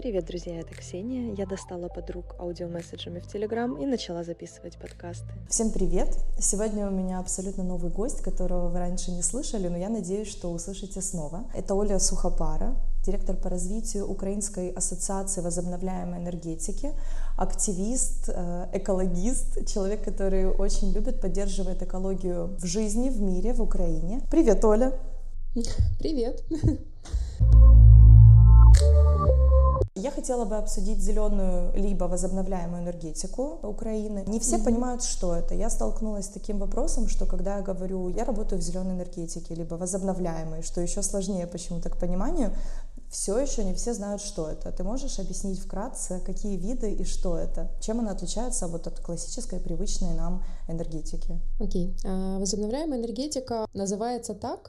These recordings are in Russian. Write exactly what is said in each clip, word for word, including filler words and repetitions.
Привет, друзья, это Ксения. Я достала подруг аудиомесседжами в Телеграм и начала записывать подкасты. Всем привет! Сегодня у меня абсолютно новый гость, которого вы раньше не слышали, но я надеюсь, что услышите снова. Это Оля Сухопара, директор по развитию Украинской ассоциации возобновляемой энергетики, активист, экологист, человек, который очень любит, поддерживает экологию в жизни, в мире, в Украине. Привет, Оля! Привет! Я хотела бы обсудить зеленую либо возобновляемую энергетику Украины. Не все mm-hmm. понимают, что это. Я столкнулась с таким вопросом, что когда я говорю, я работаю в зеленой энергетике, либо возобновляемой, что еще сложнее почему-то к пониманию, все еще не все знают, что это. Ты можешь объяснить вкратце, какие виды и что это? Чем она отличается вот от классической, привычной нам энергетики? Окей. Okay. Возобновляемая энергетика называется так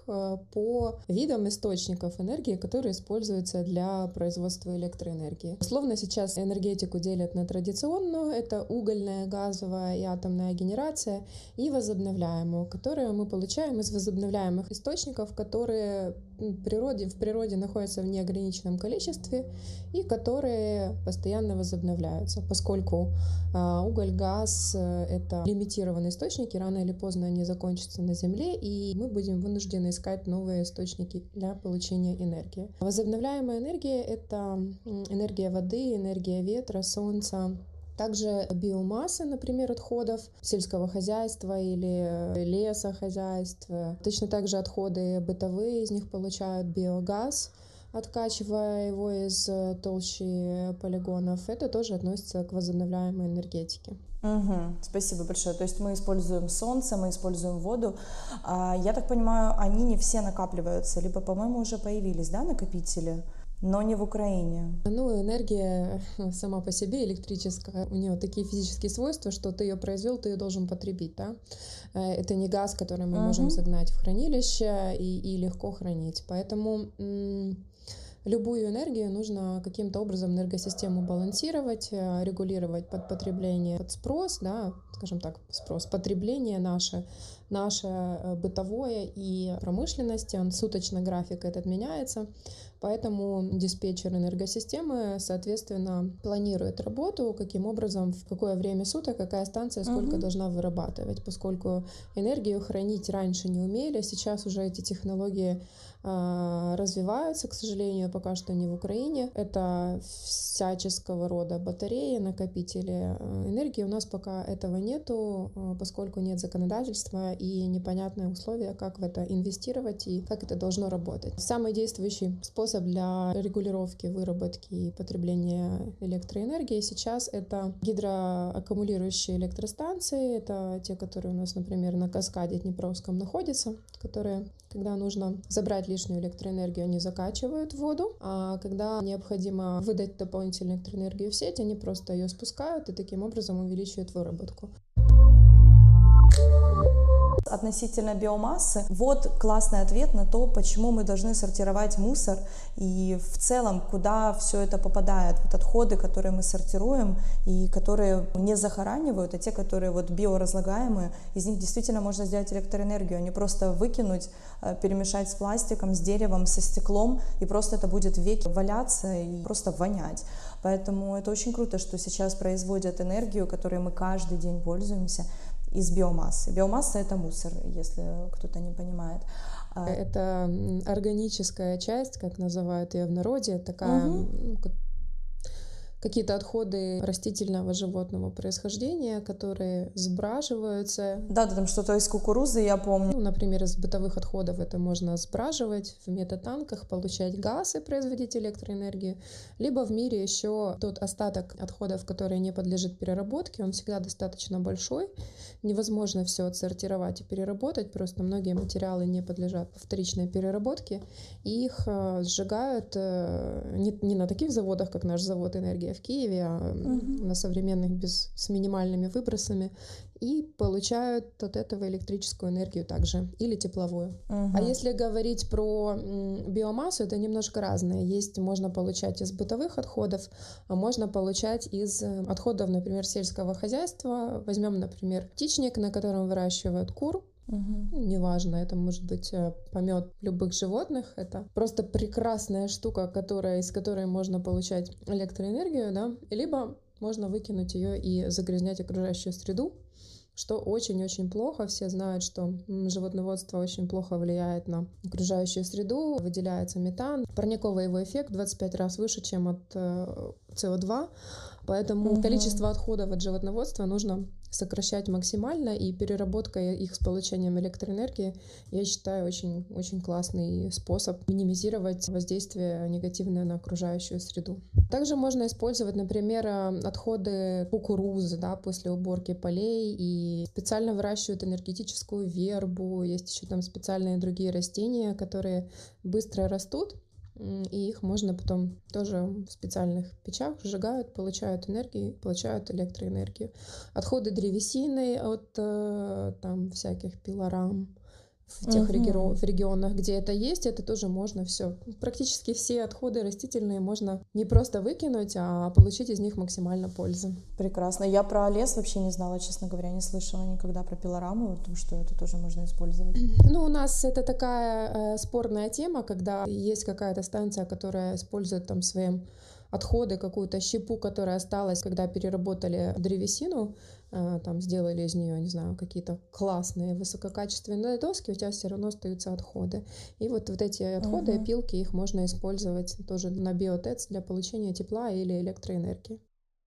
по видам источников энергии, которые используются для производства электроэнергии. Условно сейчас энергетику делят на традиционную, это угольная, газовая и атомная генерация, и возобновляемую, которую мы получаем из возобновляемых источников, которые в природе, в природе находятся в неограниченном количестве и которые постоянно возобновляются, поскольку э, уголь, газ э, — это лимитированные источники, рано или поздно они закончатся на Земле, и мы будем вынуждены искать новые источники для получения энергии. Возобновляемая энергия — это энергия воды, энергия ветра, солнца. Также биомасса, например, отходов сельского хозяйства или лесохозяйства. Точно так же отходы бытовые, из них получают биогаз, откачивая его из толщи полигонов. Это тоже относится к возобновляемой энергетике. Угу, спасибо большое. То есть мы используем солнце, мы используем воду. Я так понимаю, они не все накапливаются, либо, по-моему, уже появились, да, накопители? Но не в Украине. Ну, энергия сама по себе электрическая, у нее такие физические свойства, что ты ее произвел, ты ее должен потребить, да? Это не газ, который мы uh-huh. можем загнать в хранилище и, и легко хранить. Поэтому м- любую энергию нужно каким-то образом энергосистему балансировать, регулировать под потребление, под спрос, да, скажем так, спрос, потребление наше, наше бытовое и промышленность, он суточно график этот меняется. Поэтому диспетчер энергосистемы, соответственно, планирует работу, каким образом, в какое время суток, какая станция сколько uh-huh. должна вырабатывать, поскольку энергию хранить раньше не умели, сейчас уже эти технологии э, развиваются, к сожалению, пока что не в Украине. Это всяческого рода батареи, накопители энергии. У нас пока этого нету, поскольку нет законодательства и непонятные условия, как в это инвестировать и как это должно работать. Самый действующий способ для регулировки выработки и потребления электроэнергии сейчас это гидроаккумулирующие электростанции. Это те, которые у нас, например, на каскаде Днепровском находятся, которые, когда нужно забрать лишнюю электроэнергию, они закачивают воду, а когда необходимо выдать дополнительную электроэнергию в сеть, они просто ее спускают и таким образом увеличивают выработку. Относительно биомассы, вот классный ответ на то, почему мы должны сортировать мусор и в целом, куда все это попадает. Вот отходы, которые мы сортируем и которые не захоранивают, а те, которые вот биоразлагаемые, из них действительно можно сделать электроэнергию, а не просто выкинуть, перемешать с пластиком, с деревом, со стеклом, и просто это будет веки валяться и просто вонять. Поэтому это очень круто, что сейчас производят энергию, которой мы каждый день пользуемся, из биомассы. Биомасса — это мусор, если кто-то не понимает. Это органическая часть, как называют ее в народе, такая... Угу. Какие-то отходы растительного животного происхождения, которые сбраживаются. Да, да, там что-то из кукурузы, я помню. Ну, например, из бытовых отходов это можно сбраживать в метатанках, получать газ и производить электроэнергию. Либо в мире еще тот остаток отходов, который не подлежит переработке, он всегда достаточно большой. Невозможно все отсортировать и переработать, просто многие материалы не подлежат вторичной переработке. И их сжигают не, не на таких заводах, как наш завод энергии в Киеве, а uh-huh. на современных без, с минимальными выбросами, и получают от этого электрическую энергию также, или тепловую. Uh-huh. А если говорить про м, биомассу, это немножко разное. Есть, можно получать из бытовых отходов, а можно получать из отходов, например, сельского хозяйства. Возьмем, например, птичник, на котором выращивают кур. Мгм. Неважно, это может быть э, помет любых животных. Это просто прекрасная штука, которая, из которой можно получать электроэнергию, да, либо можно выкинуть ее и загрязнять окружающую среду, что очень-очень плохо. Все знают, что м, животноводство очень плохо влияет на окружающую среду, выделяется метан. Парниковый его эффект в двадцать пять раз выше, чем от э, си о два, поэтому Мгм. количество отходов от животноводства нужно сокращать максимально, и переработка их с получением электроэнергии, я считаю, очень, очень классный способ минимизировать воздействие негативное на окружающую среду. Также можно использовать, например, э, отходы кукурузы, да, после уборки полей, и специально выращивают энергетическую вербу, есть еще там специальные другие растения, которые быстро растут, м, и их можно потом тоже в специальных печах сжигают, получают энергию, получают электроэнергию. Отходы древесины от э, там всяких пилорам в тех регио- Мгм. в регионах, где это есть, это тоже можно все. Практически все отходы растительные можно не просто выкинуть, а получить из них максимально пользы. Прекрасно. Я про лес вообще не знала, честно говоря, не слышала никогда про пилораму, о том, что это тоже можно использовать. Ну, у нас это такая э, спорная тема, когда есть какая-то станция, которая использует там свои отходы, какую-то щепу, которая осталась, когда переработали древесину, э, там сделали из нее, не знаю, какие-то классные высококачественные доски, у тебя все равно остаются отходы. И вот, вот эти отходы, Мгм. опилки, их можно использовать тоже на биотэц для получения тепла или электроэнергии.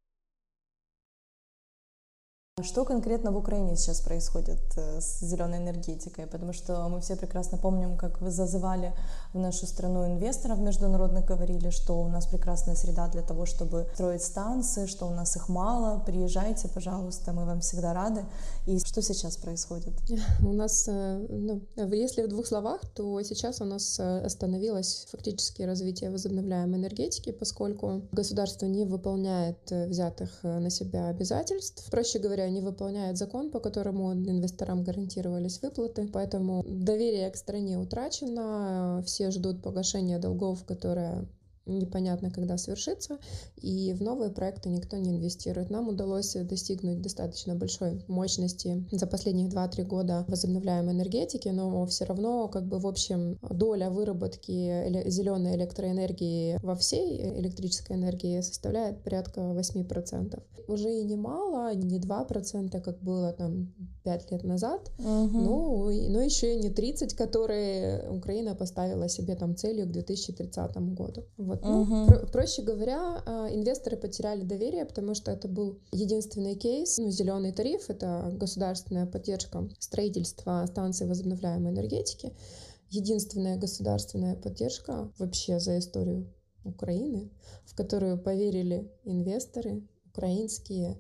Что конкретно в Украине сейчас происходит э, с зеленой энергетикой? Потому что мы все прекрасно помним, как вы зазывали в нашу страну инвесторов международных, говорили, что у нас прекрасная среда для того, чтобы строить станции, что у нас их мало. Приезжайте, пожалуйста, мы вам всегда рады. И что сейчас происходит? У нас, э, ну, если в двух словах, то сейчас у нас э, остановилось фактически развитие возобновляемой энергетики, поскольку государство не выполняет э, взятых э, на себя обязательств. Проще говоря, не выполняет закон, по которому инвесторам гарантировались выплаты. Поэтому доверие к стране утрачено, э, все ждут погашения долгов, которые непонятно, когда свершится, и в новые проекты никто не инвестирует. Нам удалось достигнуть достаточно большой мощности за последние два-три года возобновляемой энергетики, но все равно, как бы в общем, доля выработки зеленой электроэнергии во всей электрической энергии составляет порядка восемь процентов. Уже и немало, не два процента, как было там пять лет назад, Мгм. ну, и- но еще и не тридцать, которые Украина поставила себе там целью к две тысячи тридцатому году. Вот. Ну, Мгм. про- проще говоря, а, инвесторы потеряли доверие, потому что это был единственный кейс. Ну, зеленый тариф — это государственная поддержка строительства станций возобновляемой энергетики. Единственная государственная поддержка вообще за историю Украины, в которую поверили инвесторы украинские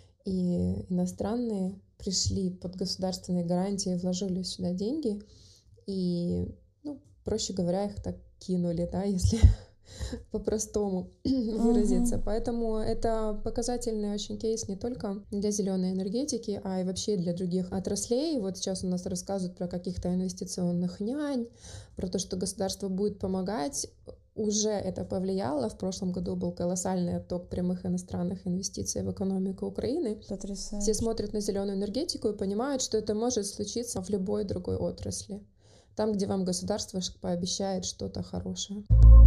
и иностранные, пришли под государственные гарантии, вложили сюда деньги и, ну, проще говоря, их так кинули, да, если по-простому выразиться. Мгм. Поэтому это показательный очень кейс не только для зеленой энергетики, а и вообще для других отраслей. Вот сейчас у нас рассказывают про каких-то инвестиционных нянь, про то, что государство будет помогать. Уже это повлияло. В прошлом году был колоссальный отток прямых иностранных инвестиций в экономику Украины. Все Потрясающе. смотрят на зеленую энергетику и понимают, что это может случиться в любой другой отрасли. Там, где вам государство ш- пообещает что-то хорошее.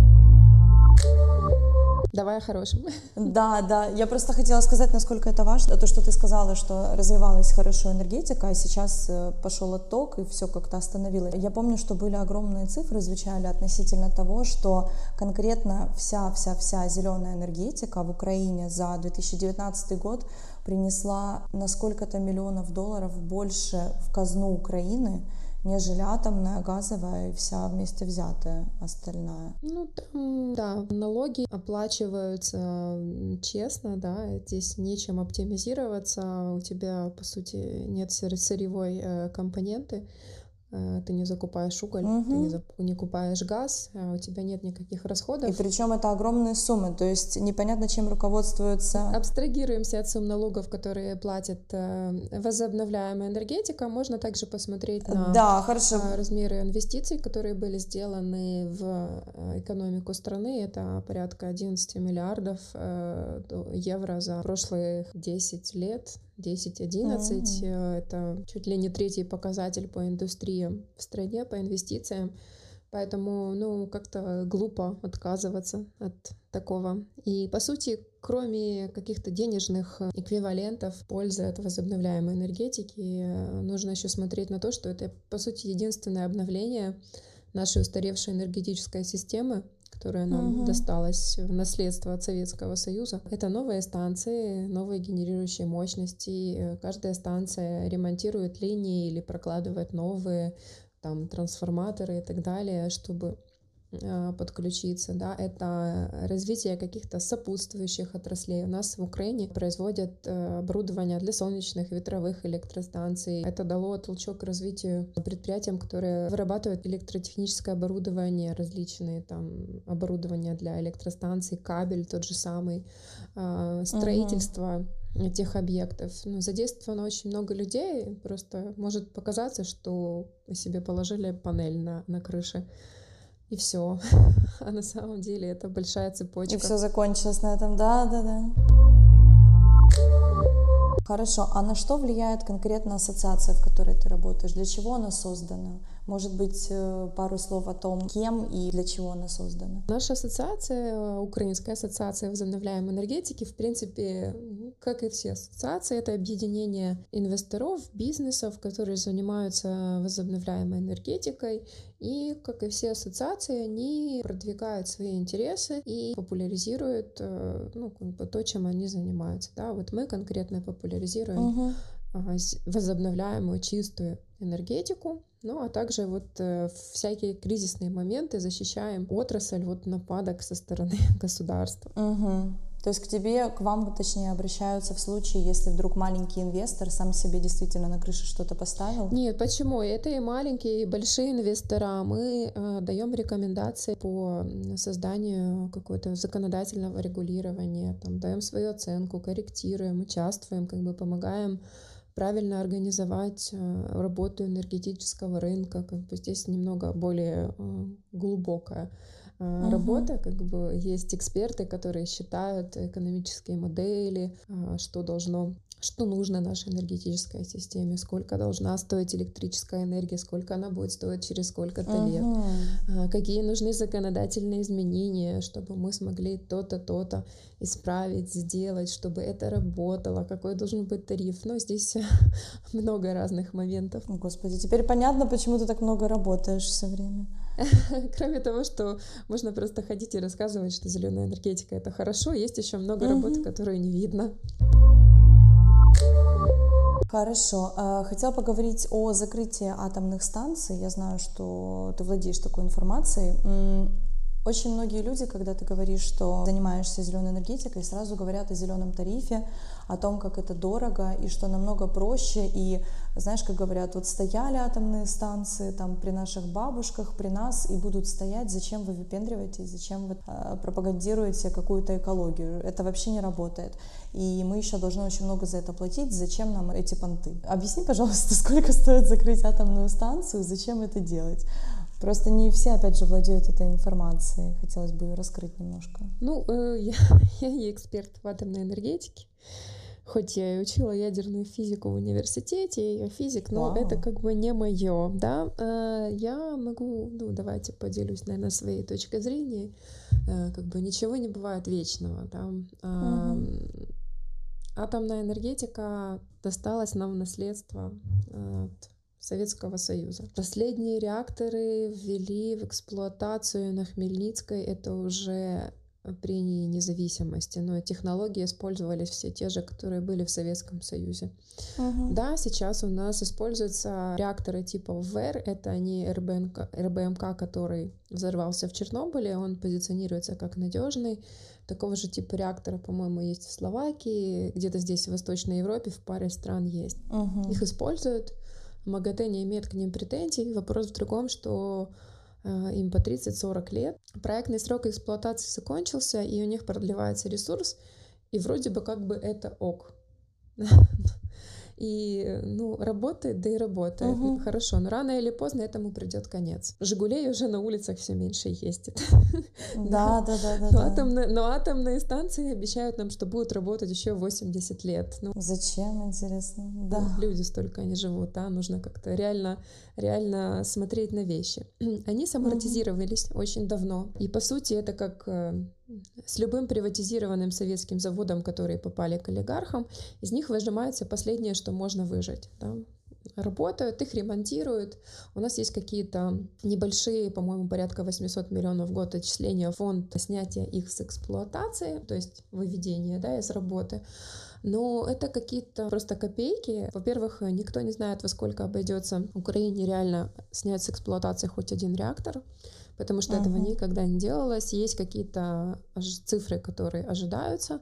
Давай о хорошем. Да, да. Я просто хотела сказать, насколько это важно. То, что ты сказала, что развивалась хорошо энергетика, а сейчас э, пошел отток, и все как-то остановилось. Я помню, что были огромные цифры, звучали относительно того, что конкретно вся-вся-вся зеленая энергетика в Украине за две тысячи девятнадцатый год принесла на сколько-то миллионов долларов больше в казну Украины, нежели атомная, газовая и вся вместе взятая остальная. Ну, там, да, налоги оплачиваются м, честно, да, здесь нечем оптимизироваться, у тебя, по сути, нет сыр- сырьевой э, компоненты, э, ты не закупаешь уголь, ты не, Мгм. зап- не купаешь газ, э, у тебя нет никаких И расходов. причем это огромные суммы, то есть непонятно, чем руководствуются. Абстрагируемся от сумм налогов, которые платит э, возобновляемая энергетика. Можно также посмотреть на Да, хорошо. а, размеры инвестиций, которые были сделаны в э, экономику страны. Это порядка одиннадцать миллиардов э, до- евро за прошлые десять лет, десять-одиннадцать. Mm-hmm. Это чуть ли не третий показатель по индустриям в стране, по инвестициям. Поэтому, ну, как-то глупо отказываться от такого. И, по сути, кроме каких-то денежных эквивалентов пользы от возобновляемой энергетики, нужно еще смотреть на то, что это, по сути, единственное обновление нашей устаревшей энергетической системы, которая нам угу. досталась в наследство от Советского Союза. Это новые станции, новые генерирующие мощности. Каждая станция ремонтирует линии или прокладывает новые, там, трансформаторы и так далее, чтобы э, подключиться. Да. Это развитие каких-то сопутствующих отраслей. У нас в Украине производят э, оборудование для солнечных ветровых электростанций. Это дало толчок к развитию предприятиям, которые вырабатывают электротехническое оборудование, различные там оборудования для электростанций, кабель тот же самый, э, строительство uh-huh. этих объектов. Ну, задействовано очень много людей. Просто может показаться, что себе положили панель на, на крыше, и все. А на самом деле это большая цепочка. И все закончилось на этом, да, да, да. Хорошо, а на что влияет конкретно ассоциация, в которой ты работаешь? Для чего она создана? Может быть, пару слов о том, кем и для чего она создана? Наша ассоциация, Украинская ассоциация возобновляемой энергетики, в принципе, как и все ассоциации, это объединение инвесторов, бизнесов, которые занимаются возобновляемой энергетикой. И, как и все ассоциации, они продвигают свои интересы и популяризируют, ну, как бы то, чем они занимаются. Да? Вот мы конкретно популяризируем угу. возобновляемую чистую энергетику, ну а также вот э, всякие кризисные моменты защищаем отрасль от нападок со стороны государства. Угу. То есть к тебе, к вам, точнее, обращаются в случае, если вдруг маленький инвестор сам себе действительно на крыше что-то поставил? Нет, почему? Это и маленькие, и большие инвестора. Мы э, даем рекомендации по созданию какого-то законодательного регулирования, там, даем свою оценку, корректируем, участвуем, как бы помогаем правильно организовать э, работу энергетического рынка. Как бы здесь немного более э, глубокая э, uh-huh. работа. Как бы есть эксперты, которые считают экономические модели, э, что должно, что нужно нашей энергетической системе, сколько должна стоить электрическая энергия, сколько она будет стоить через сколько-то uh-huh. лет, э, какие нужны законодательные изменения, чтобы мы смогли то-то, то-то исправить, сделать, чтобы это работало, какой должен быть тариф. Но здесь много разных моментов. Господи, теперь понятно, почему ты так много работаешь все время. Кроме того, что можно просто ходить и рассказывать, что зеленая энергетика — это хорошо, есть еще много угу. работы, которую не видно. Хорошо. Хотела поговорить о закрытии атомных станций. Я знаю, что ты владеешь такой информацией. Очень многие люди, когда ты говоришь, что занимаешься зеленой энергетикой, сразу говорят о зеленом тарифе, о том, как это дорого и что намного проще. И знаешь, как говорят, вот стояли атомные станции там при наших бабушках, при нас, и будут стоять. Зачем вы выпендриваетесь, зачем вы э, пропагандируете какую-то экологию? Это вообще не работает. И мы еще должны очень много за это платить. Зачем нам эти понты? Объясни, пожалуйста, сколько стоит закрыть атомную станцию, зачем это делать? Просто не все, опять же, владеют этой информацией. Хотелось бы ее раскрыть немножко. Ну, э, я, я не эксперт в атомной энергетике. Хоть я и учила ядерную физику в университете, я физик, но Вау. Это как бы не мое, да. Э, я могу, ну, давайте поделюсь, наверное, своей точкой зрения. Э, как бы ничего не бывает вечного, да. Э, угу. Атомная энергетика досталась нам в наследство от Советского Союза. Последние реакторы ввели в эксплуатацию на Хмельницкой, это уже при независимости, но технологии использовались все те же, которые были в Советском Союзе. Uh-huh. Да, сейчас у нас используются реакторы типа ВЭР, это не эр бэ эм ка, эр бэ эм ка, который взорвался в Чернобыле, он позиционируется как надежный. Такого же типа реактора, по-моему, есть в Словакии, где-то здесь в Восточной Европе в паре стран есть. Uh-huh. Их используют. МАГАТЭ не имеет к ним претензий. Вопрос в другом, что э, им по тридцать-сорок лет. Проектный срок эксплуатации закончился, и у них продлевается ресурс, и вроде бы как бы это ок. и, ну, работает, да и работает. Угу. Хорошо, но рано или поздно этому придет конец. «Жигулей» уже на улицах все меньше ездит. Да, да, да, да. Но, да. атомные, но атомные станции обещают нам, что будут работать еще восемьдесят лет. Ну, зачем, интересно? Да. ну, люди столько не живут, да, нужно как-то реально, реально смотреть на вещи. Они самортизировались угу. очень давно. И, по сути, это как э, с любым приватизированным советским заводом, которые попали к олигархам, из них выжимается последнее, что можно выжать. Да? Работают, их ремонтируют. У нас есть какие-то небольшие, по-моему, порядка восемьсот миллионов в год отчисления в фонд снятия их с эксплуатации, то есть выведения, да, из работы. Но это какие-то просто копейки. Во-первых, никто не знает, во сколько обойдется Украине реально снять с эксплуатации хоть один реактор, потому что uh-huh. этого никогда не делалось. Есть какие-то цифры, которые ожидаются,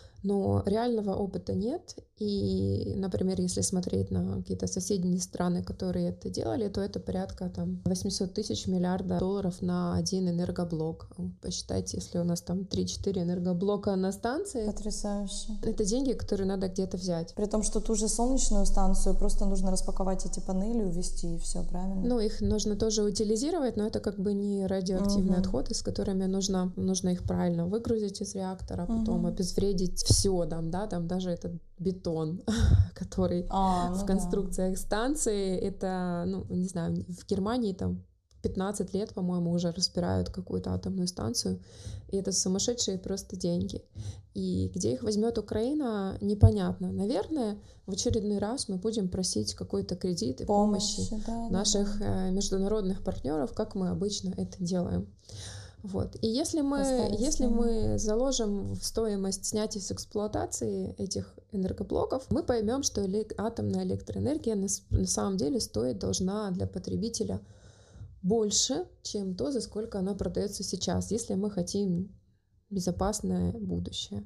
но реального опыта нет. И, например, если смотреть на какие-то соседние страны, которые это делали, то это порядка там восемьсот тысяч миллиардов долларов на один энергоблок. Посчитайте, если у нас там три-четыре энергоблока на станции. Потрясающе. Это деньги, которые надо где-то взять. При том, что ту же солнечную станцию просто нужно распаковать эти панели, увезти, и все, правильно? Ну, их нужно тоже утилизировать, но это как бы не радиоактивные угу. отходы, с которыми нужно, нужно их правильно выгрузить из реактора, потом угу. обезвредить все там, да, там даже этот бетон, который а, ну в конструкциях да. станции, это, ну, не знаю, в Германии там пятнадцать лет, по-моему, уже разбирают какую-то атомную станцию, и это сумасшедшие просто деньги. И где их возьмет Украина, непонятно. Наверное, в очередной раз мы будем просить какой-то кредит и помощи Помощь, да, наших да. международных партнеров, как мы обычно это делаем. Вот. И если мы, если мы заложим в стоимость снятия с эксплуатации этих энергоблоков, мы поймем, что элек- атомная электроэнергия на, на самом деле стоит должна для потребителя больше, чем то, за сколько она продается сейчас, если мы хотим безопасное будущее.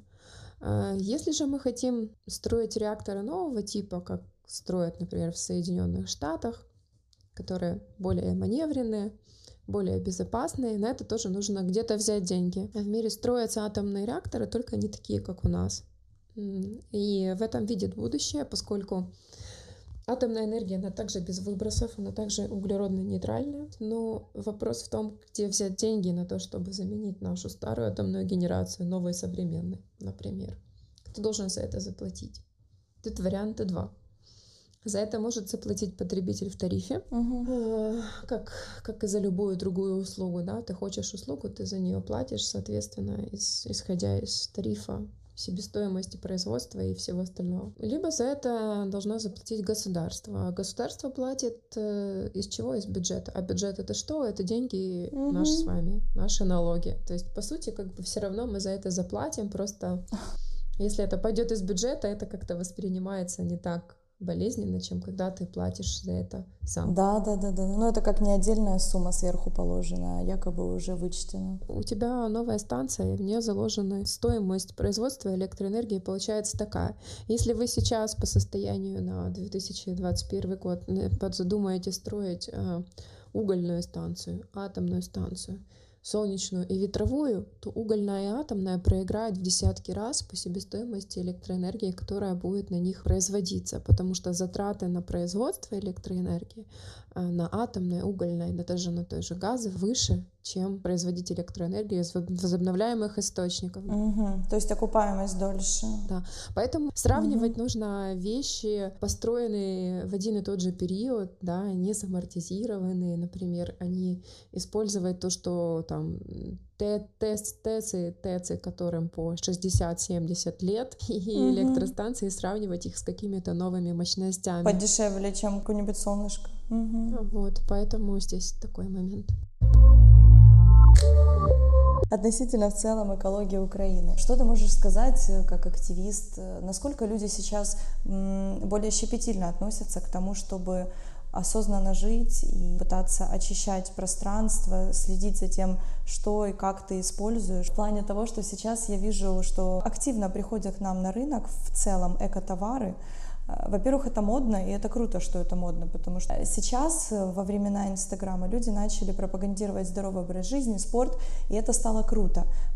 Если же мы хотим строить реакторы нового типа, как строят, например, в Соединенных Штатах, которые более маневренные, более безопасные, на это тоже нужно где-то взять деньги. В мире строятся атомные реакторы, только не такие, как у нас. И в этом видит будущее, поскольку атомная энергия, она также без выбросов, она также углеродно-нейтральная. Но вопрос в том, где взять деньги на то, чтобы заменить нашу старую атомную генерацию новой современной, например. Кто должен за это заплатить? Тут варианты два. За это может заплатить потребитель в тарифе, угу. как, как и за любую другую услугу. Да? Ты хочешь услугу, ты за нее платишь, соответственно, из, исходя из тарифа, себестоимости производства и всего остального. Либо за это должно заплатить государство. А государство платит э, из чего? Из бюджета. А бюджет — это что? Это деньги угу. наши с вами, наши налоги. То есть, по сути, как бы все равно мы за это заплатим, просто если это пойдет из бюджета, это как-то воспринимается не так болезненно, чем когда ты платишь за это сам. Да, да, да, да. Но это как не отдельная сумма сверху положена, а якобы уже вычтена. У тебя новая станция, в нее заложена стоимость производства электроэнергии, получается такая. Если вы сейчас по состоянию на две тысячи двадцать первый год задумаете строить угольную станцию, атомную станцию, солнечную и ветровую, то угольная и атомная проиграют в десятки раз по себестоимости электроэнергии, которая будет на них производиться, потому что затраты на производство электроэнергии на атомной, угольной, да даже на той же газе выше, чем производить электроэнергию из возобновляемых источников. Угу. То есть окупаемость дольше. Да. Поэтому сравнивать угу. нужно вещи, построенные в один и тот же период, да, не самортизированные, например, они использовать то, что там ТЭЦы, ТЭЦы, которым по шестьдесят-семьдесят лет, и угу. электростанции, сравнивать их с какими-то новыми мощностями. Подешевле, чем какое-нибудь солнышко. Угу. Вот, поэтому здесь такой момент. Относительно в целом экологии Украины. Что ты можешь сказать как активист? Насколько люди сейчас более щепетильно относятся к тому, чтобы осознанно жить и пытаться очищать пространство, следить за тем, что и как ты используешь. В плане того, что сейчас я вижу, что активно приходят к нам на рынок в целом экотовары. Во-первых, это модно, и это круто, что это модно, потому что сейчас, во времена Инстаграма, люди начали пропагандировать здоровый образ жизни, спорт, и это стало круто.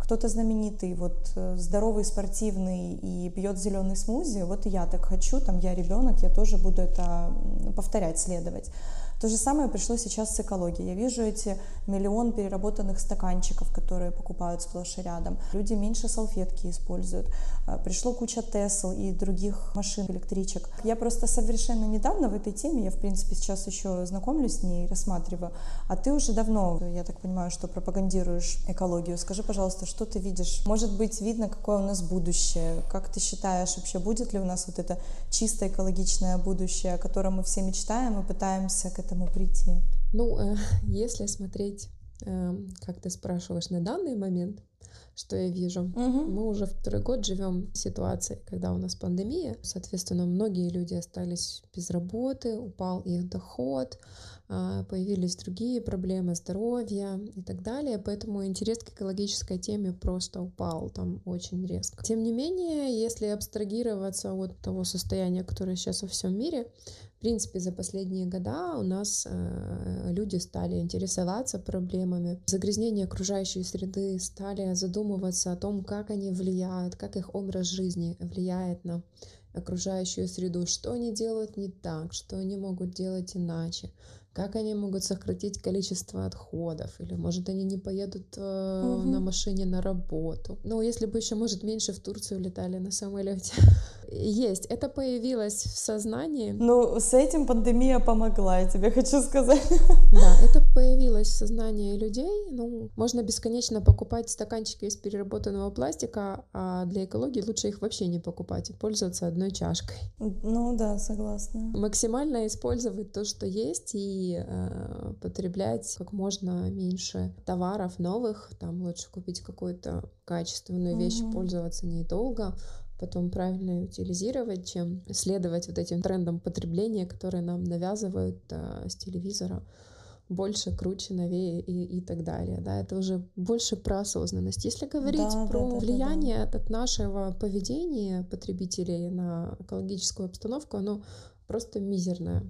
кто-то знаменитый, вот здоровый, спортивный и пьет зеленый смузи, вот и я так хочу, там я ребенок, я тоже буду это повторять, следовать. То же самое пришло сейчас с экологией. Я вижу эти миллион переработанных стаканчиков, которые покупают сплошь и рядом. Люди меньше салфетки используют. Пришло куча Тесл и других машин, электричек. Я просто совершенно недавно в этой теме, я в принципе сейчас еще знакомлюсь с ней, рассматриваю, а ты уже давно, я так понимаю, что пропагандируешь экологию. Скажи, пожалуйста, что ты видишь? Может быть, видно, какое у нас будущее? Как ты считаешь, вообще будет ли у нас вот это чистое экологичное будущее, о котором мы все мечтаем и пытаемся к этому прийти? Ну, э, если смотреть, э, как ты спрашиваешь, на данный момент, что я вижу, угу. Мы уже второй год живем в ситуации, когда у нас пандемия, соответственно, многие люди остались без работы, упал их доход, э, появились другие проблемы здоровья и так далее, поэтому интерес к экологической теме просто упал там очень резко. Тем не менее, если абстрагироваться от того состояния, которое сейчас во всем мире, в принципе, за последние года у нас э, люди стали интересоваться проблемами загрязнения окружающей среды, стали задумываться о том, как они влияют, как их образ жизни влияет на окружающую среду, что они делают не так, что они могут делать иначе, как они могут сократить количество отходов, или, может, они не поедут э, угу. на машине на работу. Ну, если бы еще, может, меньше в Турцию летали на самолете. Есть. Это появилось в сознании. Ну, с этим пандемия помогла, я тебе хочу сказать. Да, это появилось в сознании людей. Ну, можно бесконечно покупать стаканчики из переработанного пластика, а для экологии лучше их вообще не покупать и пользоваться одной чашкой. Ну да, согласна. Максимально использовать то, что есть, и э, потреблять как можно меньше товаров новых. Там лучше купить какую-то качественную вещь, mm-hmm. пользоваться ней долго, потом правильно ее утилизировать, чем следовать вот этим трендам потребления, которые нам навязывают э, с телевизора. Больше, круче, новее и, и так далее. Да, это уже больше про осознанность. Если говорить да, про да, да, влияние да, да. от нашего поведения потребителей на экологическую обстановку, оно просто мизерное.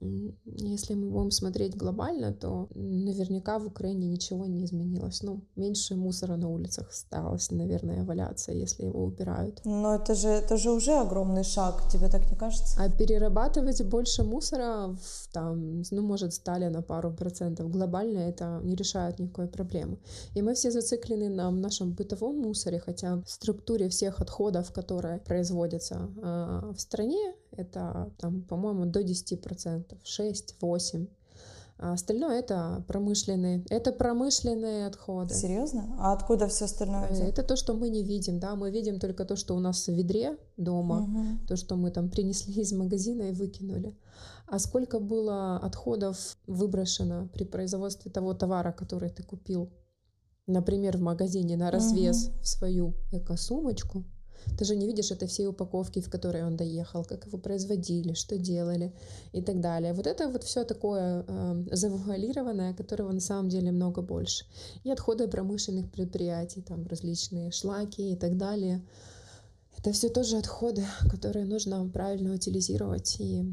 Если мы будем смотреть глобально, то наверняка в Украине ничего не изменилось. Ну, меньше мусора на улицах осталось, наверное, валяться, если его убирают. Но это же, это же уже огромный шаг, тебе так не кажется? А перерабатывать больше мусора, в, там, ну, может, стали на пару процентов. Глобально это не решает никакой проблемы. И мы все зациклены на нашем бытовом мусоре, хотя в структуре всех отходов, которые производятся э, в стране, это, там, по-моему, до десяти процентов, шесть-восемь. А остальное это промышленные, это промышленные отходы. Серьезно? А откуда все остальное идет? Это то, что мы не видим, да, мы видим только то, что у нас в ведре дома, угу. то, что мы там принесли из магазина и выкинули. А сколько было отходов выброшено при производстве того товара, который ты купил, например, в магазине на развес угу. в свою эко-сумочку? Ты же не видишь этой всей упаковки, в которой он доехал, как его производили, что делали и так далее. Вот это вот все такое э, завуалированное, которого на самом деле много больше. И отходы промышленных предприятий, там различные шлаки и так далее. Это все тоже отходы, которые нужно правильно утилизировать. И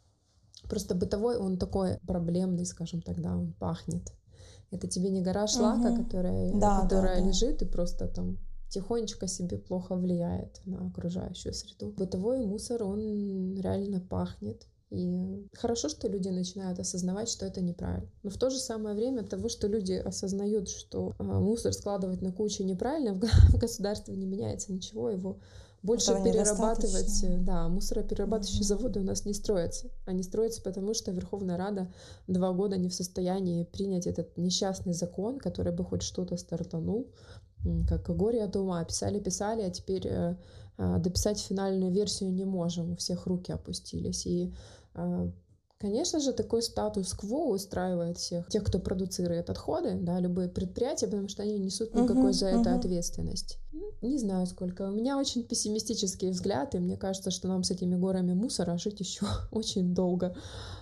просто бытовой он такой проблемный, скажем так, да, он пахнет. Это тебе не гора шлака, угу. которая, да, которая да, лежит да. и просто там тихонечко себе плохо влияет на окружающую среду. Бытовой мусор, он реально пахнет. И хорошо, что люди начинают осознавать, что это неправильно. Но в то же самое время от того, что люди осознают, что мусор складывать на кучу неправильно, в государстве не меняется ничего, его больше этого перерабатывать. Да, мусороперерабатывающие mm-hmm. заводы у нас не строятся. Они строятся потому, что Верховная Рада два года не в состоянии принять этот несчастный закон, который бы хоть что-то стартанул. Как горе от ума. Писали-писали, а теперь э, дописать финальную версию не можем. У всех руки опустились. И, э, конечно же, такой статус-кво устраивает всех тех, кто продуцирует отходы, да, любые предприятия, потому что они не несут никакой uh-huh, за это uh-huh. ответственности. Не знаю сколько. У меня очень пессимистический взгляд, и мне кажется, что нам с этими горами мусора жить еще очень долго.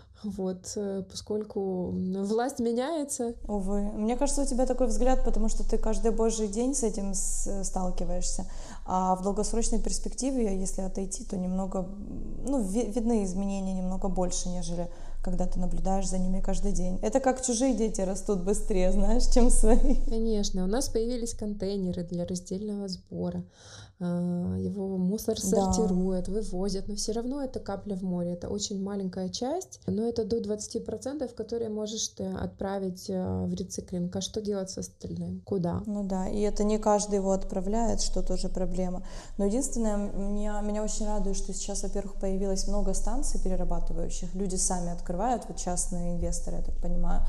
Вот, поскольку власть меняется. Увы. Мне кажется, у тебя такой взгляд, потому что ты каждый божий день с этим сталкиваешься. А в долгосрочной перспективе, если отойти, то немного, ну, видны изменения немного больше, нежели когда ты наблюдаешь за ними каждый день. Это как чужие дети растут быстрее, знаешь, чем свои. Конечно, у нас появились контейнеры для раздельного сбора. Его мусор сортируют, да. вывозят, но все равно это капля в море. Это очень маленькая часть, но это до двадцати процентов, которые можешь ты отправить в рециклинг. А что делать с остальным? Куда? Ну да, и это не каждый его отправляет, что тоже проблема. Но единственное, меня, меня очень радует, что сейчас, во-первых, появилось много станций перерабатывающих. Люди сами открывают, вот частные инвесторы, я так понимаю.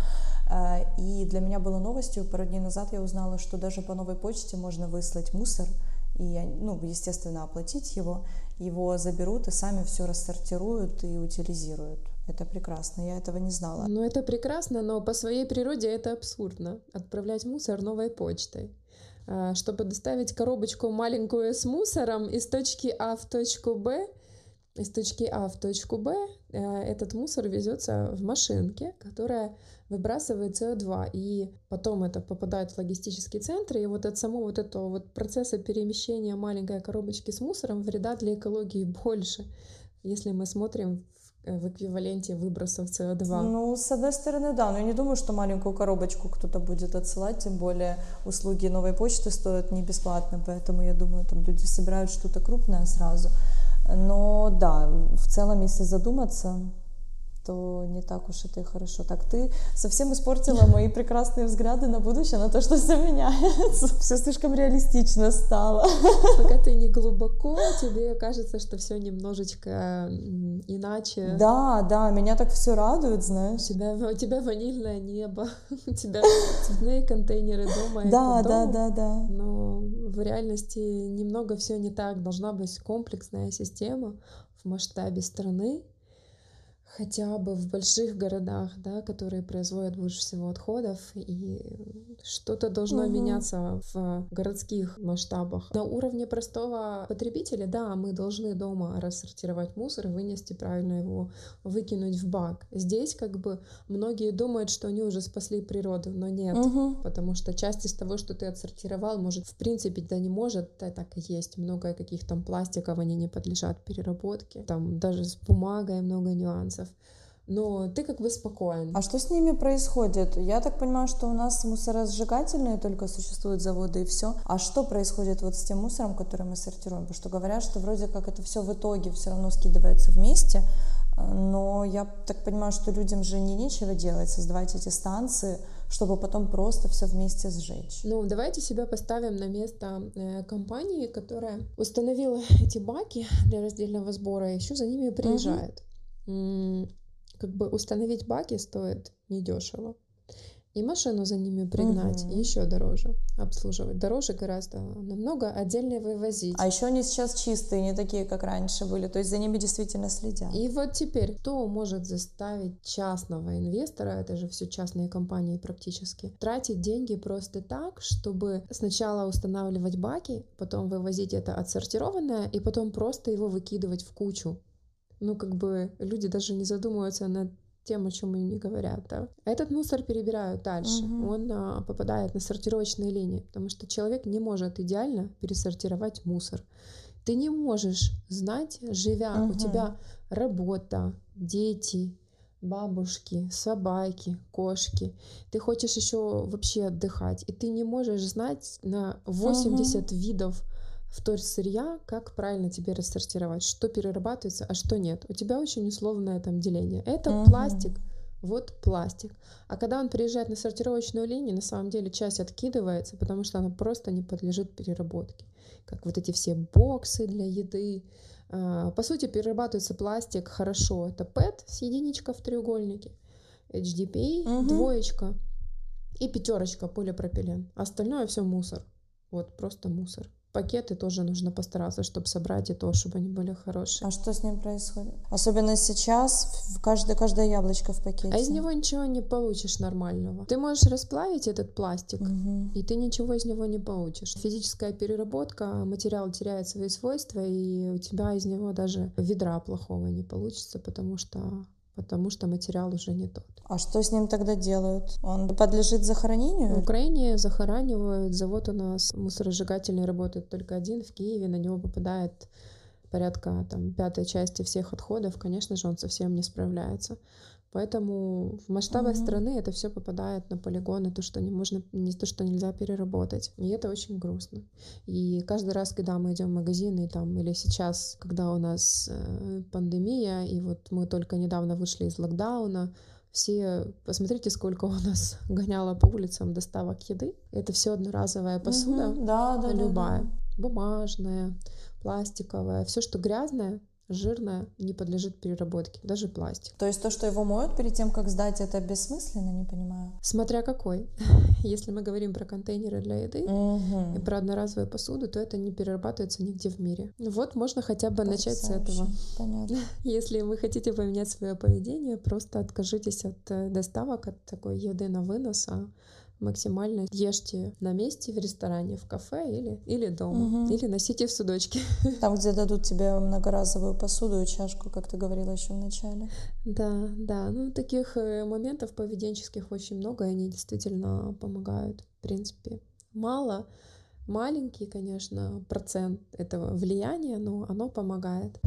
И для меня было новостью, пару дней назад я узнала, что даже по новой почте можно выслать мусор, и, ну, естественно, оплатить его, его заберут и сами все рассортируют и утилизируют. Это прекрасно, я этого не знала. Ну, это прекрасно, но по своей природе это абсурдно. Отправлять мусор новой почтой. Чтобы доставить коробочку маленькую с мусором из точки А в точку Б, из точки А в точку Б, этот мусор везется в машинке, которая выбрасывает С О два, и потом это попадает в логистический центр, и вот от самого вот этого вот процесса перемещения маленькой коробочки с мусором вреда для экологии больше, если мы смотрим в эквиваленте выбросов С О два. Ну, с одной стороны, да, но я не думаю, что маленькую коробочку кто-то будет отсылать, тем более услуги новой почты стоят не бесплатно, поэтому я думаю, там люди собирают что-то крупное сразу. Но да, в целом, если задуматься, то не так уж это и хорошо. Так, ты совсем испортила мои прекрасные взгляды на будущее, на то, что все меняется. Все слишком реалистично стало. Пока ты не глубоко, тебе кажется, что все немножечко иначе. Да, да, меня так все радует, знаешь. У тебя, у тебя ванильное небо, у тебя цветные контейнеры дома. Да, да, да, да. Но в реальности немного все не так. Должна быть комплексная система в масштабе страны, хотя бы в больших городах, да, которые производят больше всего отходов, и что-то должно угу. меняться в городских масштабах. На уровне простого потребителя, да, мы должны дома рассортировать мусор и вынести правильно его, выкинуть в бак. Здесь как бы многие думают, что они уже спасли природу, но нет, угу. потому что часть из того, что ты отсортировал, может, в принципе, да не может, да так и есть. Много каких там пластиков, они не подлежат переработке. Там даже с бумагой много нюансов. Но ты как бы спокоен. А что с ними происходит? Я так понимаю, что у нас мусоросжигательные только существуют заводы и все. А что происходит вот с тем мусором, который мы сортируем? Потому что говорят, что вроде как это все в итоге все равно скидывается вместе. Но я так понимаю, что людям же не нечего делать, создавать эти станции, чтобы потом просто все вместе сжечь. Ну, давайте себя поставим на место э, компании, которая установила эти баки для раздельного сбора, и еще за ними приезжает. Угу. Как бы установить баки стоит недешево. И машину за ними пригнать угу. еще дороже. Обслуживать дороже гораздо намного, отдельно вывозить. А еще они сейчас чистые, не такие, как раньше были. То есть за ними действительно следят. И вот теперь, кто может заставить частного инвестора, это же все частные компании практически, тратить деньги просто так, чтобы сначала устанавливать баки, потом вывозить это отсортированное, и потом просто его выкидывать в кучу. Ну, как бы люди даже не задумываются над тем, о чем они говорят, да. Этот мусор перебирают дальше. Uh-huh. Он а, попадает на сортировочные линии, потому что человек не может идеально пересортировать мусор. Ты не можешь знать, живя, uh-huh. у тебя работа, дети, бабушки, собаки, кошки. Ты хочешь еще вообще отдыхать, и ты не можешь знать на восемьдесят uh-huh. видов вторсырья, как правильно тебе рассортировать, что перерабатывается, а что нет. У тебя очень условное там деление. Это uh-huh. пластик, вот пластик. А когда он приезжает на сортировочную линию, на самом деле часть откидывается, потому что она просто не подлежит переработке. Как вот эти все боксы для еды. По сути, перерабатывается пластик хорошо. Это пэт с единичка в треугольнике, эйч ди пи эй, uh-huh. двоечка и пятерочка полипропилен. Остальное все мусор. Вот просто мусор. Пакеты тоже нужно постараться, чтобы собрать и то, чтобы они были хорошие. А что с ним происходит? Особенно сейчас, в каждое, каждое яблочко в пакете. А из него ничего не получишь нормального. Ты можешь расплавить этот пластик, угу. и ты ничего из него не получишь. Физическая переработка, материал теряет свои свойства, и у тебя из него даже ведра плохого не получится, потому что... потому что материал уже не тот. А что с ним тогда делают? Он подлежит захоронению? В Украине захоранивают. Завод у нас мусоросжигательный работает только один в Киеве. На него попадает порядка там, пятой части всех отходов. Конечно же, он совсем не справляется. Поэтому в масштабах Мгм. страны это все попадает на полигоны, то, что не можно, не то, что нельзя переработать. И это очень грустно. И каждый раз, когда мы идем в магазин, и там, или сейчас, когда у нас э, пандемия, и вот мы только недавно вышли из локдауна, все, посмотрите, сколько у нас гоняло по улицам доставок еды. Это все одноразовая посуда, Мгм. Да, да, да, любая, да. бумажная, пластиковая, все, что грязное, жирное, не подлежит переработке, даже пластик. То есть то, что его моют перед тем, как сдать, это бессмысленно, не понимаю. Смотря какой. Если мы говорим про контейнеры для еды и Мгм. про одноразовую посуду, то это не перерабатывается нигде в мире. Вот можно хотя бы начать с этого. Потрясающе. Понятно. Если вы хотите поменять свое поведение, просто откажитесь от э, доставок, от такой еды на вынос, а максимально ешьте на месте, в ресторане, в кафе или, или дома. Мгм. Или носите в судочки. Там, где дадут тебе многоразовую посуду и чашку, как ты говорила еще в начале. Да, да. Ну, таких э, моментов поведенческих очень много, и они действительно помогают, в принципе. Мало, маленький, конечно, процент этого влияния, но оно помогает.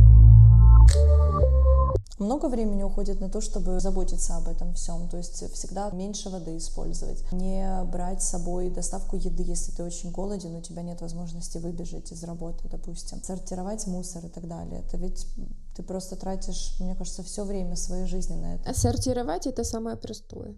Много времени уходит на то, чтобы заботиться об этом всем. То есть всегда меньше воды использовать. Не брать с собой доставку еды, если ты очень голоден, у тебя нет возможности выбежать из работы, допустим. Сортировать мусор и так далее. Это ведь ты просто тратишь, мне кажется, все время своей жизни на это. А сортировать это самое простое.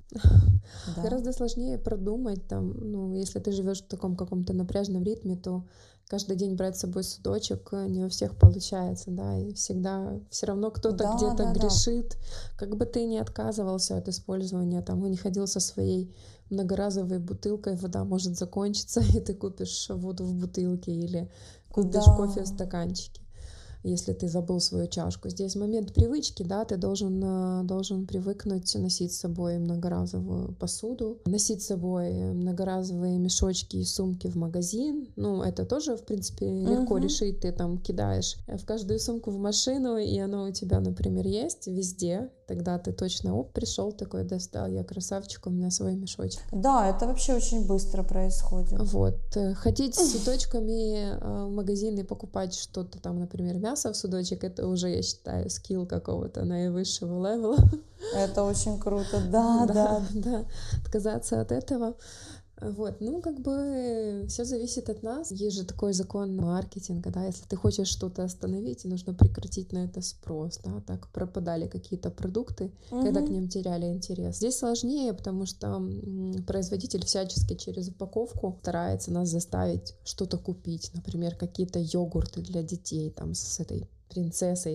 Да. Гораздо сложнее продумать там, ну, если ты живешь в таком каком-то напряженном ритме, то каждый день брать с собой судочек не у всех получается, да, и всегда все равно кто-то Да, где-то да, да. грешит. Как бы ты ни отказывался от использования, там, и не ходил со своей многоразовой бутылкой, вода может закончиться, и ты купишь воду в бутылке или купишь Да. кофе в стаканчике, если ты забыл свою чашку. Здесь момент привычки, да, ты должен, э, должен привыкнуть носить с собой многоразовую посуду, носить с собой многоразовые мешочки и сумки в магазин. Ну, это тоже, в принципе, легко Мгм. решить. Ты там кидаешь в каждую сумку в машину, и оно у тебя, например, есть везде. Тогда ты точно, оп, пришел такой, достал, я красавчик, у меня свой мешочек. Да, это вообще очень быстро происходит. Вот. э, Ходить с судочками э, в магазин и покупать что-то там, например, мясо в судочек, это уже, я считаю, скилл какого-то наивысшего левела. Это очень круто. Да, да. да. Отказаться от этого. Вот, ну, как бы все зависит от нас. Есть же такой закон маркетинга, да, если ты хочешь что-то остановить, нужно прекратить на это спрос, да, так пропадали какие-то продукты, когда к Мгм. ним теряли интерес. Здесь сложнее, потому что м, производитель всячески через упаковку старается нас заставить что-то купить, например, какие-то йогурты для детей, там, с этой принцессой,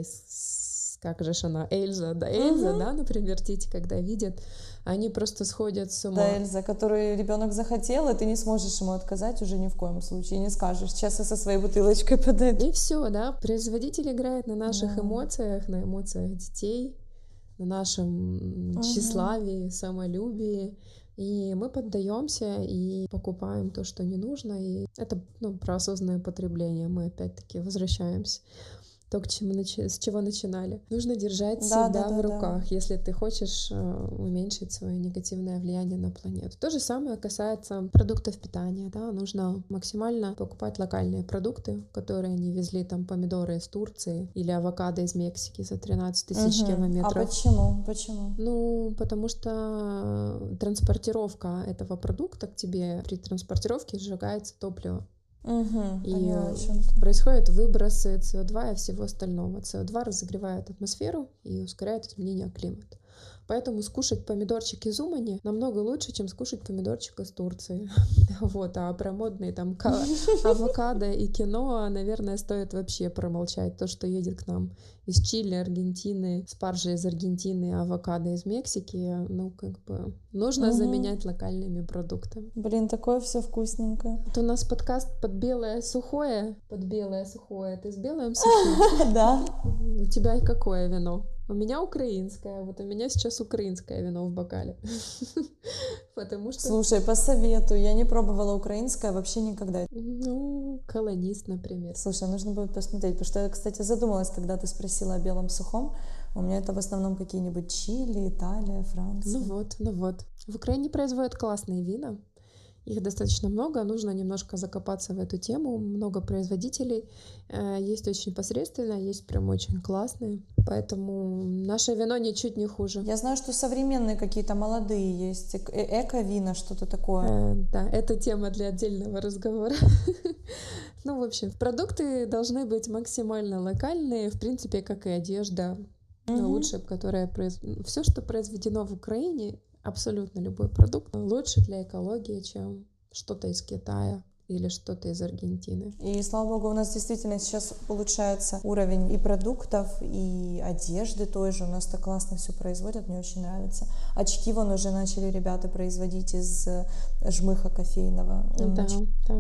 с- как же ж она, Эльза, да, Эльза, Мгм. да, например, дети, когда видят, они просто сходят с ума. Да, Эльза, которую ребенок захотел, и ты не сможешь ему отказать уже ни в коем случае. Не скажешь, сейчас я со своей бутылочкой подойду. И все, да. Производитель играет на наших Да. эмоциях, на эмоциях детей, на нашем Мгм. тщеславии, самолюбии. И мы поддаемся и покупаем то, что не нужно. И это, ну, про осознанное потребление. Мы опять-таки возвращаемся. То, к чему начи- с чего начинали. Нужно держать Да, себя да, да, в да. руках, если ты хочешь э, уменьшить свое негативное влияние на планету. То же самое касается продуктов питания. Да? Нужно максимально покупать локальные продукты, которые не везли там помидоры из Турции или авокадо из Мексики за тринадцать тысяч Мгм. А километров. почему? Почему? Ну, потому что транспортировка этого продукта к тебе, при транспортировке сжигается топливо. Угу, И поняла, э, о чем ты. происходят выбросы си о два и всего остального. си о два разогревает атмосферу и ускоряет изменение климата. Поэтому скушать помидорчик из Умани намного лучше, чем скушать помидорчик из Турции. Вот, а про модные там ка- авокадо и киноа, наверное, стоит вообще промолчать. То, что едет к нам из Чили, Аргентины, спаржа из Аргентины, авокадо из Мексики, ну, как бы, нужно Мгм. заменять локальными продуктами. Блин, такое все вкусненькое. Вот у нас подкаст под белое сухое. Под белое сухое. Ты с белым сухим? Да. У тебя какое вино? У меня украинское. Вот у меня сейчас украинское вино в бокале. Потому что, Слушай, посоветую. Я не пробовала украинское вообще никогда. ну, колонист, например. Слушай, нужно будет посмотреть, потому что я, кстати, задумалась, когда ты спросила о белом сухом. У меня это в основном какие-нибудь Чили, Италия, Франция. Ну вот, ну вот. В Украине производят классные вина. Их достаточно много, нужно немножко закопаться в эту тему. Много производителей, есть очень посредственные, есть прям очень классные. Поэтому наше вино ничуть не хуже. Я знаю, что современные какие-то молодые есть, эко-вина, что-то такое. Да, это тема для отдельного разговора. Ну, в общем, продукты должны быть максимально локальные, в принципе, как и одежда. Mm-hmm. Лучше, которая произ... все, что произведено в Украине, абсолютно любой продукт, лучше для экологии, чем что-то из Китая или что-то из Аргентины. И, слава богу, у нас действительно сейчас улучшается уровень и продуктов, и одежды той же. У нас так классно все производят, мне очень нравится. Очки вон уже начали ребята производить из жмыха кофейного. Да, да.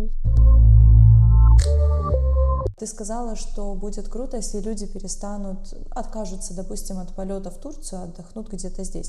Ты сказала, что будет круто, если люди перестанут, откажутся, допустим, от полета в Турцию, отдохнут где-то здесь.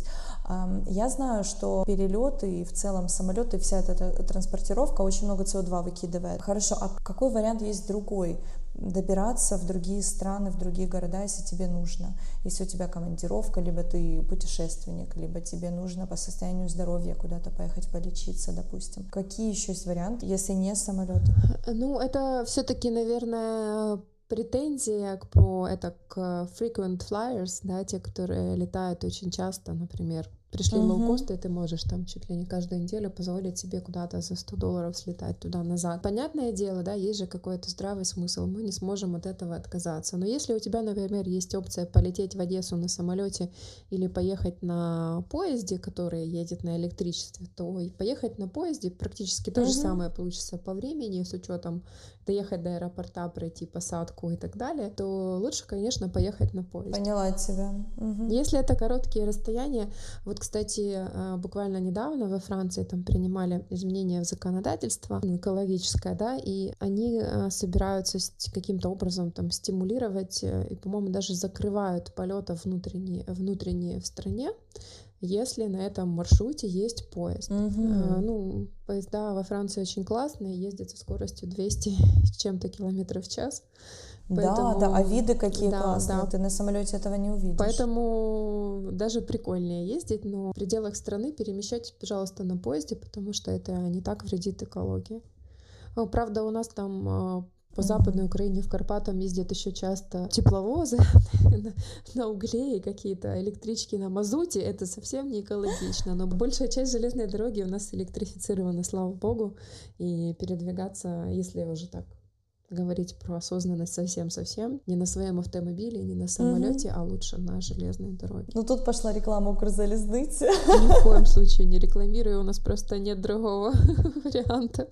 Я знаю, что перелеты и в целом самолеты, вся эта транспортировка очень много си о два выкидывает. Хорошо, а какой вариант есть другой? Добираться в другие страны, в другие города, если тебе нужно. Если у тебя командировка, либо ты путешественник, либо тебе нужно по состоянию здоровья куда-то поехать полечиться, допустим. Какие еще есть варианты, если не самолеты? Ну, это все-таки, наверное, претензия к, про, это к frequent flyers, да, те, которые летают очень часто, например. Пришли uh-huh. лоукосты, и ты можешь там чуть ли не каждую неделю позволить себе куда-то за сто долларов слетать туда-назад. Понятное дело, да, есть же какой-то здравый смысл, мы не сможем от этого отказаться. Но если у тебя, например, есть опция полететь в Одессу на самолете или поехать на поезде, который едет на электричестве, то и поехать на поезде практически то uh-huh. же самое получится по времени, с учетом доехать до аэропорта, пройти посадку и так далее, то лучше, конечно, поехать на поезде. Поняла тебя. Uh-huh. Если это короткие расстояния, вот, кстати, буквально недавно во Франции там принимали изменения в законодательство экологическое, да, и они собираются каким-то образом там стимулировать и, по-моему, даже закрывают полеты внутренние, внутренние в стране, если на этом маршруте есть поезд. Mm-hmm. А, ну, поезда во Франции очень классные, ездят со скоростью двести с чем-то километров в час. Поэтому... Да, да, а виды какие да, классные, да. Ты на самолете этого не увидишь. Поэтому даже прикольнее ездить, но в пределах страны перемещайтесь, пожалуйста, на поезде, потому что это не так вредит экологии. Ну, правда, у нас там по Западной Украине в Карпатам ездят еще часто тепловозы на, на угле и какие-то электрички на мазуте. Это совсем не экологично, но большая часть железной дороги у нас электрифицирована, слава богу, и передвигаться, если уже так говорить про осознанность совсем-совсем, не на своем автомобиле, не на самолете, mm-hmm. а лучше на железной дороге. Ну тут пошла реклама Укрзалезницы. Ни в коем случае не рекламирую, у нас просто нет другого варианта.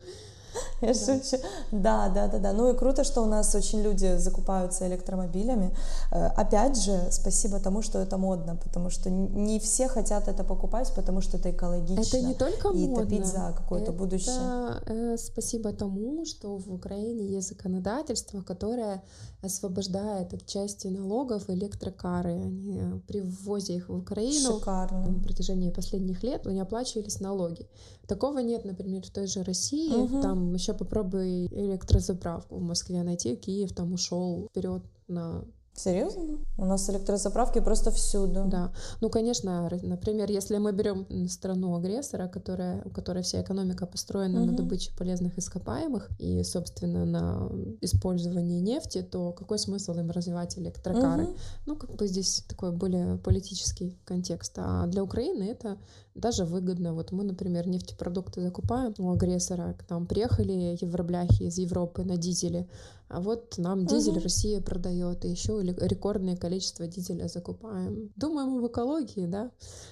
Я да. шучу. Да, да, да, да. Ну и круто, что у нас очень люди закупаются электромобилями. Опять же, спасибо тому, что это модно, потому что не все хотят это покупать, потому что это экологично. Это не только и модно. И топить за какое-то это, будущее. Э, спасибо тому, что в Украине есть законодательство, которое освобождает от части налогов электрокары. Они при ввозе их в Украину Шикарно. на протяжении последних лет не оплачивались налоги. Такого нет, например, в той же России. Угу. Там еще попробуй электрозаправку в Москве найти. Киев там ушел вперед на... Серьезно? У нас электрозаправки просто всюду. Да. Ну, конечно, например, если мы берем страну-агрессора, которая, у которой вся экономика построена угу. на добыче полезных ископаемых и, собственно, на использовании нефти, то какой смысл им развивать электрокары? Угу. Ну, как бы здесь такой более политический контекст. А для Украины это даже выгодно. Вот мы, например, нефтепродукты закупаем у агрессора, к нам приехали евробляхи из Европы на дизеле, а вот нам дизель uh-huh. Россия продает, и еще рекордное количество дизеля закупаем. Думаем об экологии, да?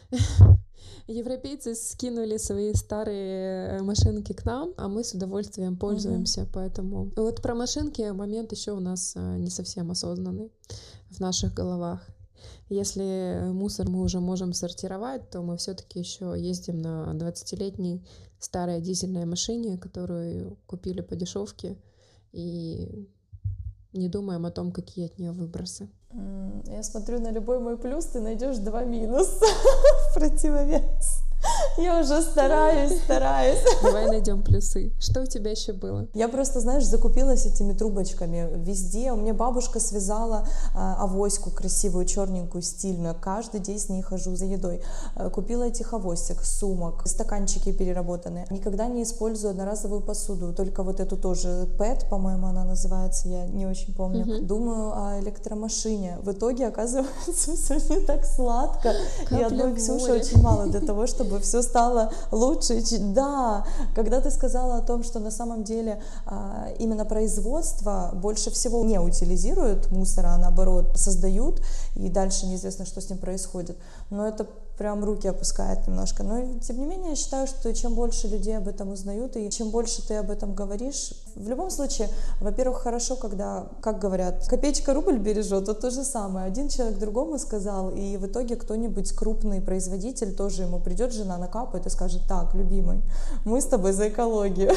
Европейцы скинули свои старые машинки к нам, а мы с удовольствием пользуемся, uh-huh. поэтому... Вот про машинки момент еще у нас не совсем осознанный в наших головах. Если мусор мы уже можем сортировать, то мы все-таки еще ездим на двадцатилетней старой дизельной машине, которую купили по дешевке, и не думаем о том, какие от нее выбросы. Я смотрю на любой мой плюс, ты найдешь два минуса в противовес. Я уже стараюсь, стараюсь. Давай найдем плюсы. Что у тебя еще было? Я просто, знаешь, закупилась этими трубочками везде. У меня бабушка связала а, авоську красивую, черненькую, стильную. Каждый день с ней хожу за едой. А, купила этих авосек, сумок, стаканчики переработанные. Никогда не использую одноразовую посуду, только вот эту тоже пэт, по-моему, она называется, я не очень помню. Uh-huh. Думаю о электромашине. В итоге, оказывается, все не так сладко. Капля и одной Ксюши очень мало для того, чтобы все стало лучше. Да, когда ты сказала о том, что на самом деле а, именно производство больше всего не утилизирует мусор, а наоборот создают, и дальше неизвестно, что с ним происходит. Но это прям руки опускает немножко. Но, тем не менее, я считаю, что чем больше людей об этом узнают, и чем больше ты об этом говоришь, в любом случае, во-первых, хорошо, когда, как говорят, копеечка рубль бережет, вот то же самое. Один человек другому сказал, и в итоге кто-нибудь крупный производитель тоже ему придет, жена накапает и скажет: так, любимый, мы с тобой за экологию.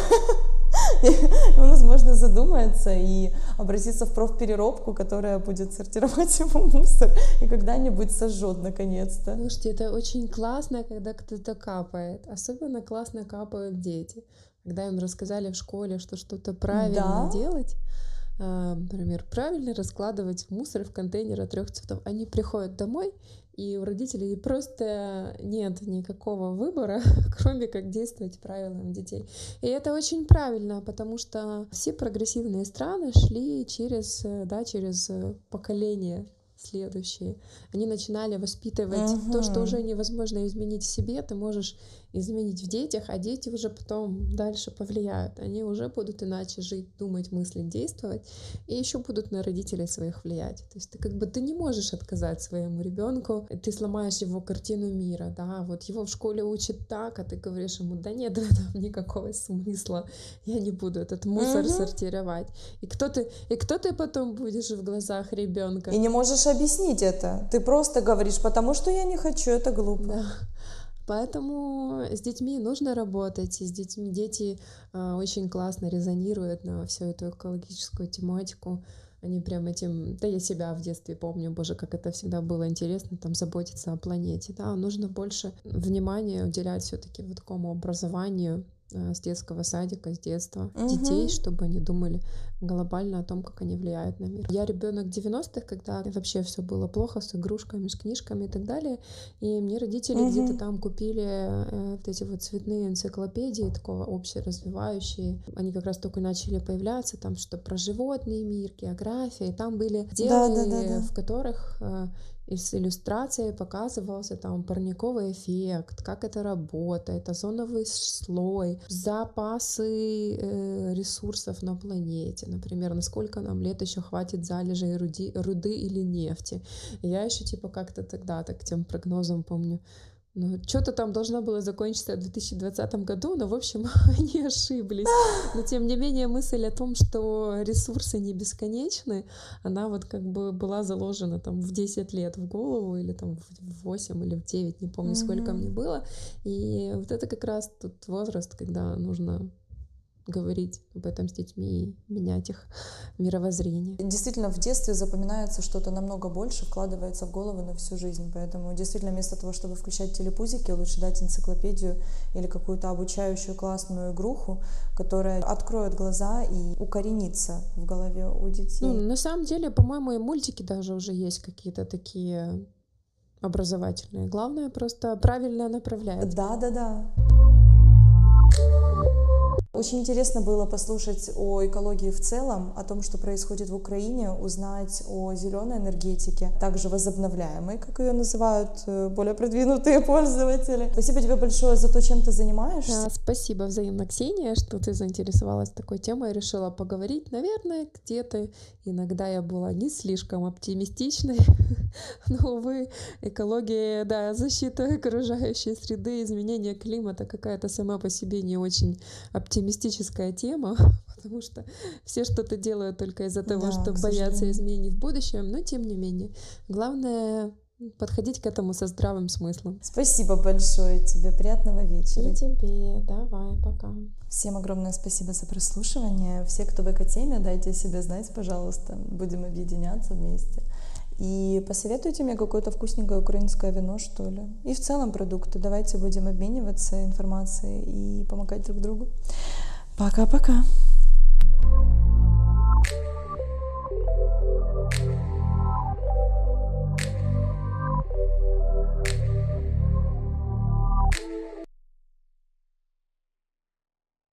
И он, возможно, задумается и обратится в профпереробку, которая будет сортировать его мусор и когда-нибудь сожжет наконец-то. Слушайте, это очень классно, когда кто-то капает. Особенно классно капают дети. Когда им рассказали в школе, что что-то правильно да? делать, например, правильно раскладывать мусор в контейнеры трех цветов, они приходят домой, и у родителей просто нет никакого выбора, кроме как действовать правилам детей. И это очень правильно, потому что все прогрессивные страны шли через, да, через поколения следующие. Они начинали воспитывать uh-huh. то, что уже невозможно изменить в себе, ты можешь изменить в детях, а дети уже потом дальше повлияют. Они уже будут иначе жить, думать, мыслить, действовать, и еще будут на родителей своих влиять. То есть ты как бы ты не можешь отказать своему ребенку, ты сломаешь его картину мира, да, вот его в школе учат так, а ты говоришь ему: да нет в этом никакого смысла, я не буду этот мусор uh-huh. сортировать. И кто ты, и кто ты потом будешь в глазах ребенка? И не можешь объяснить это. Ты просто говоришь: потому что я не хочу, это глупо. Да. Поэтому с детьми нужно работать, и с детьми дети э, очень классно резонируют на всю эту экологическую тематику. Они прям этим, да я себя в детстве помню, боже, как это всегда было интересно, там заботиться о планете, да, нужно больше внимания уделять все-таки вот такому образованию с детского садика, с детства угу. детей, чтобы они думали глобально о том, как они влияют на мир. Я ребенок девяностых, когда вообще все было плохо с игрушками, с книжками и так далее, и мне родители угу. где-то там купили э, вот эти вот цветные энциклопедии, такого общеразвивающие. Они как раз только начали появляться, там что про животный мир, география, и там были делы, да, да, да, да. в которых э, и с иллюстрацией показывался там парниковый эффект, как это работает, озоновый слой, запасы э, ресурсов на планете, например, насколько нам лет еще хватит залежей руди, руды или нефти. И я еще типа как-то тогда так тем прогнозам помню, ну, что-то там должно было закончиться в две тысячи двадцатом году, но, в общем, они ошиблись. Но, тем не менее, мысль о том, что ресурсы не бесконечны, она вот как бы была заложена там в десять лет в голову, или там в восемь, или в девять, не помню, mm-hmm. сколько мне было. И вот это как раз тот возраст, когда нужно говорить об этом с детьми и менять их мировоззрение. Действительно, в детстве запоминается что-то намного больше, вкладывается в голову на всю жизнь. Поэтому действительно вместо того, чтобы включать телепузики, лучше дать энциклопедию или какую-то обучающую классную игруху, которая откроет глаза и укоренится в голове у детей. Ну, на самом деле, по-моему, и мультики даже уже есть какие-то такие образовательные. Главное просто правильно направлять. Да-да-да. Очень интересно было послушать о экологии в целом, о том, что происходит в Украине, узнать о зеленой энергетике, также возобновляемой, как ее называют более продвинутые пользователи. Спасибо тебе большое за то, чем ты занимаешься. Да, спасибо взаимно, Ксения, что ты заинтересовалась такой темой и решила поговорить. Наверное, где-то иногда я была не слишком оптимистичной, но, увы, экология, да, защита окружающей среды, изменение климата какая-то сама по себе не очень оптимистическая тема, потому что все что-то делают только из-за того, да, что боятся изменений в будущем, но тем не менее. Главное — подходить к этому со здравым смыслом. Спасибо большое тебе, приятного вечера. И тебе, давай, пока. Всем огромное спасибо за прослушивание. Все, кто в экотеме, дайте о себе знать, пожалуйста. Будем объединяться вместе. И посоветуйте мне какое-то вкусненькое украинское вино, что ли. И в целом продукты. Давайте будем обмениваться информацией и помогать друг другу. Пока-пока.